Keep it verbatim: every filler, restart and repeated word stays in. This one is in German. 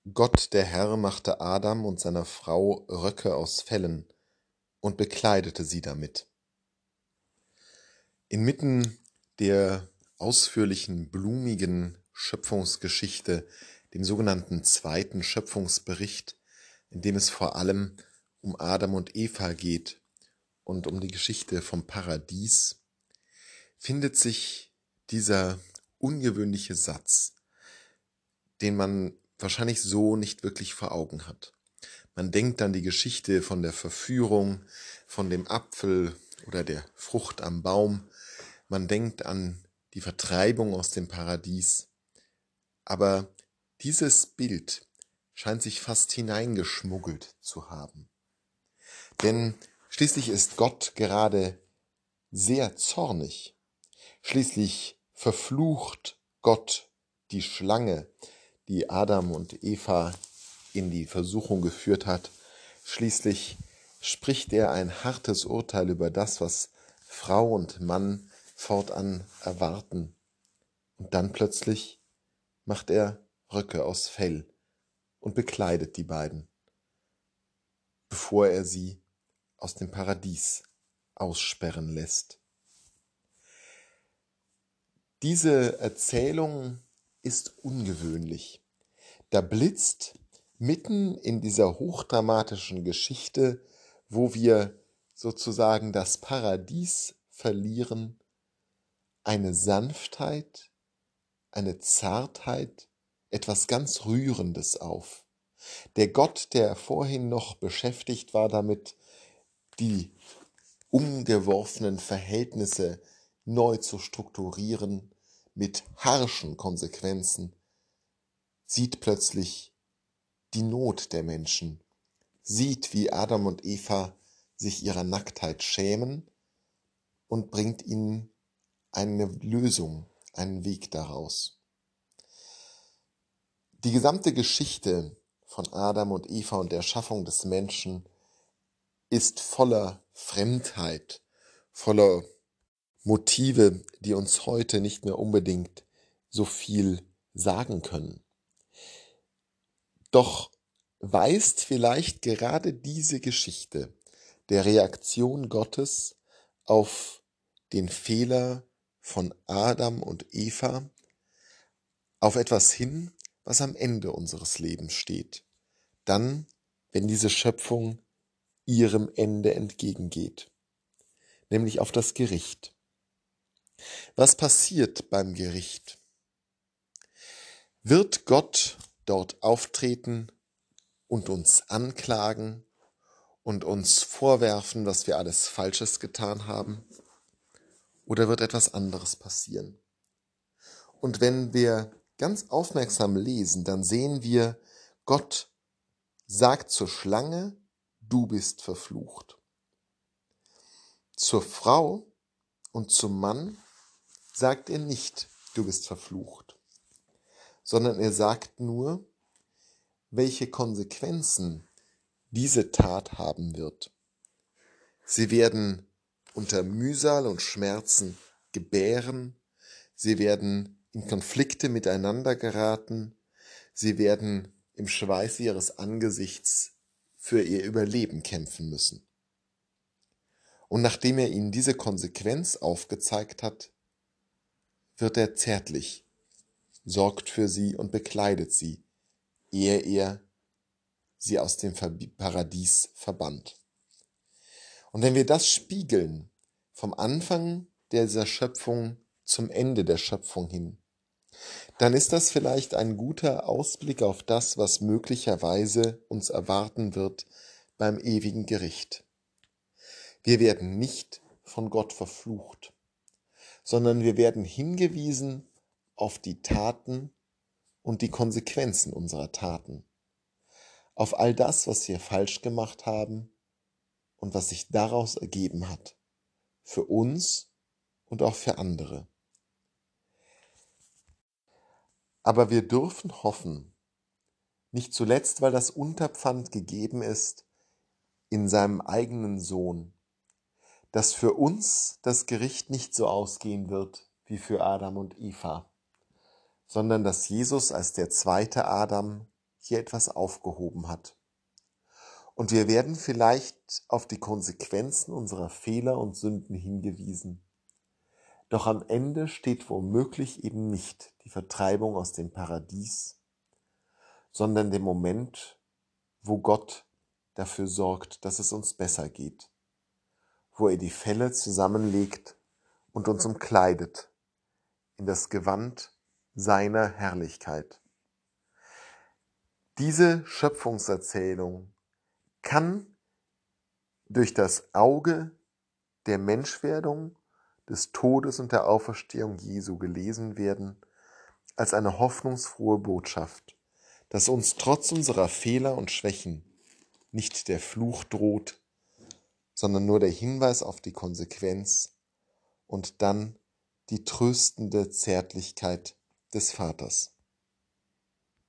Gott, der Herr, machte Adam und seiner Frau Röcke aus Fellen und bekleidete sie damit. Inmitten der ausführlichen, blumigen Schöpfungsgeschichte, dem sogenannten zweiten Schöpfungsbericht, in dem es vor allem um Adam und Eva geht und um die Geschichte vom Paradies, findet sich dieser ungewöhnliche Satz, den man wahrscheinlich so nicht wirklich vor Augen hat. Man denkt an die Geschichte von der Verführung, von dem Apfel oder der Frucht am Baum. Man denkt an die Vertreibung aus dem Paradies. Aber dieses Bild scheint sich fast hineingeschmuggelt zu haben. Denn schließlich ist Gott gerade sehr zornig. Schließlich verflucht Gott die Schlange, die Adam und Eva in die Versuchung geführt hat. Schließlich spricht er ein hartes Urteil über das, was Frau und Mann fortan erwarten. Und dann plötzlich macht er Röcke aus Fell und bekleidet die beiden, bevor er sie aus dem Paradies aussperren lässt. Diese Erzählung ist ungewöhnlich. Da blitzt mitten in dieser hochdramatischen Geschichte, wo wir sozusagen das Paradies verlieren, eine Sanftheit, eine Zartheit, etwas ganz Rührendes auf. Der Gott, der vorhin noch beschäftigt war damit, die umgeworfenen Verhältnisse neu zu strukturieren, mit harschen Konsequenzen, sieht plötzlich die Not der Menschen, sieht, wie Adam und Eva sich ihrer Nacktheit schämen und bringt ihnen eine Lösung, einen Weg daraus. Die gesamte Geschichte von Adam und Eva und der Erschaffung des Menschen ist voller Fremdheit, voller Motive, die uns heute nicht mehr unbedingt so viel sagen können. Doch weist vielleicht gerade diese Geschichte der Reaktion Gottes auf den Fehler von Adam und Eva auf etwas hin, was am Ende unseres Lebens steht. Dann, wenn diese Schöpfung ihrem Ende entgegengeht, nämlich auf das Gericht. Was passiert beim Gericht? Wird Gott dort auftreten und uns anklagen und uns vorwerfen, was wir alles Falsches getan haben? Oder wird etwas anderes passieren? Und wenn wir ganz aufmerksam lesen, dann sehen wir, Gott sagt zur Schlange, du bist verflucht. Zur Frau und zum Mann sagt er nicht, du bist verflucht, sondern er sagt nur, welche Konsequenzen diese Tat haben wird. Sie werden unter Mühsal und Schmerzen gebären, sie werden in Konflikte miteinander geraten, sie werden im Schweiß ihres Angesichts für ihr Überleben kämpfen müssen. Und nachdem er ihnen diese Konsequenz aufgezeigt hat, wird er zärtlich, sorgt für sie und bekleidet sie, ehe er sie aus dem Paradies verbannt. Und wenn wir das spiegeln, vom Anfang dieser Schöpfung zum Ende der Schöpfung hin, dann ist das vielleicht ein guter Ausblick auf das, was möglicherweise uns erwarten wird beim ewigen Gericht. Wir werden nicht von Gott verflucht, sondern wir werden hingewiesen auf die Taten und die Konsequenzen unserer Taten, auf all das, was wir falsch gemacht haben und was sich daraus ergeben hat, für uns und auch für andere. Aber wir dürfen hoffen, nicht zuletzt, weil das Unterpfand gegeben ist in seinem eigenen Sohn, dass für uns das Gericht nicht so ausgehen wird wie für Adam und Eva, sondern dass Jesus als der zweite Adam hier etwas aufgehoben hat. Und wir werden vielleicht auf die Konsequenzen unserer Fehler und Sünden hingewiesen. Doch am Ende steht womöglich eben nicht die Vertreibung aus dem Paradies, sondern der Moment, wo Gott dafür sorgt, dass es uns besser geht, wo er die Felle zusammenlegt und uns umkleidet in das Gewand seiner Herrlichkeit. Diese Schöpfungserzählung kann durch das Auge der Menschwerdung, des Todes und der Auferstehung Jesu gelesen werden als eine hoffnungsfrohe Botschaft, dass uns trotz unserer Fehler und Schwächen nicht der Fluch droht, sondern nur der Hinweis auf die Konsequenz und dann die tröstende Zärtlichkeit des Vaters.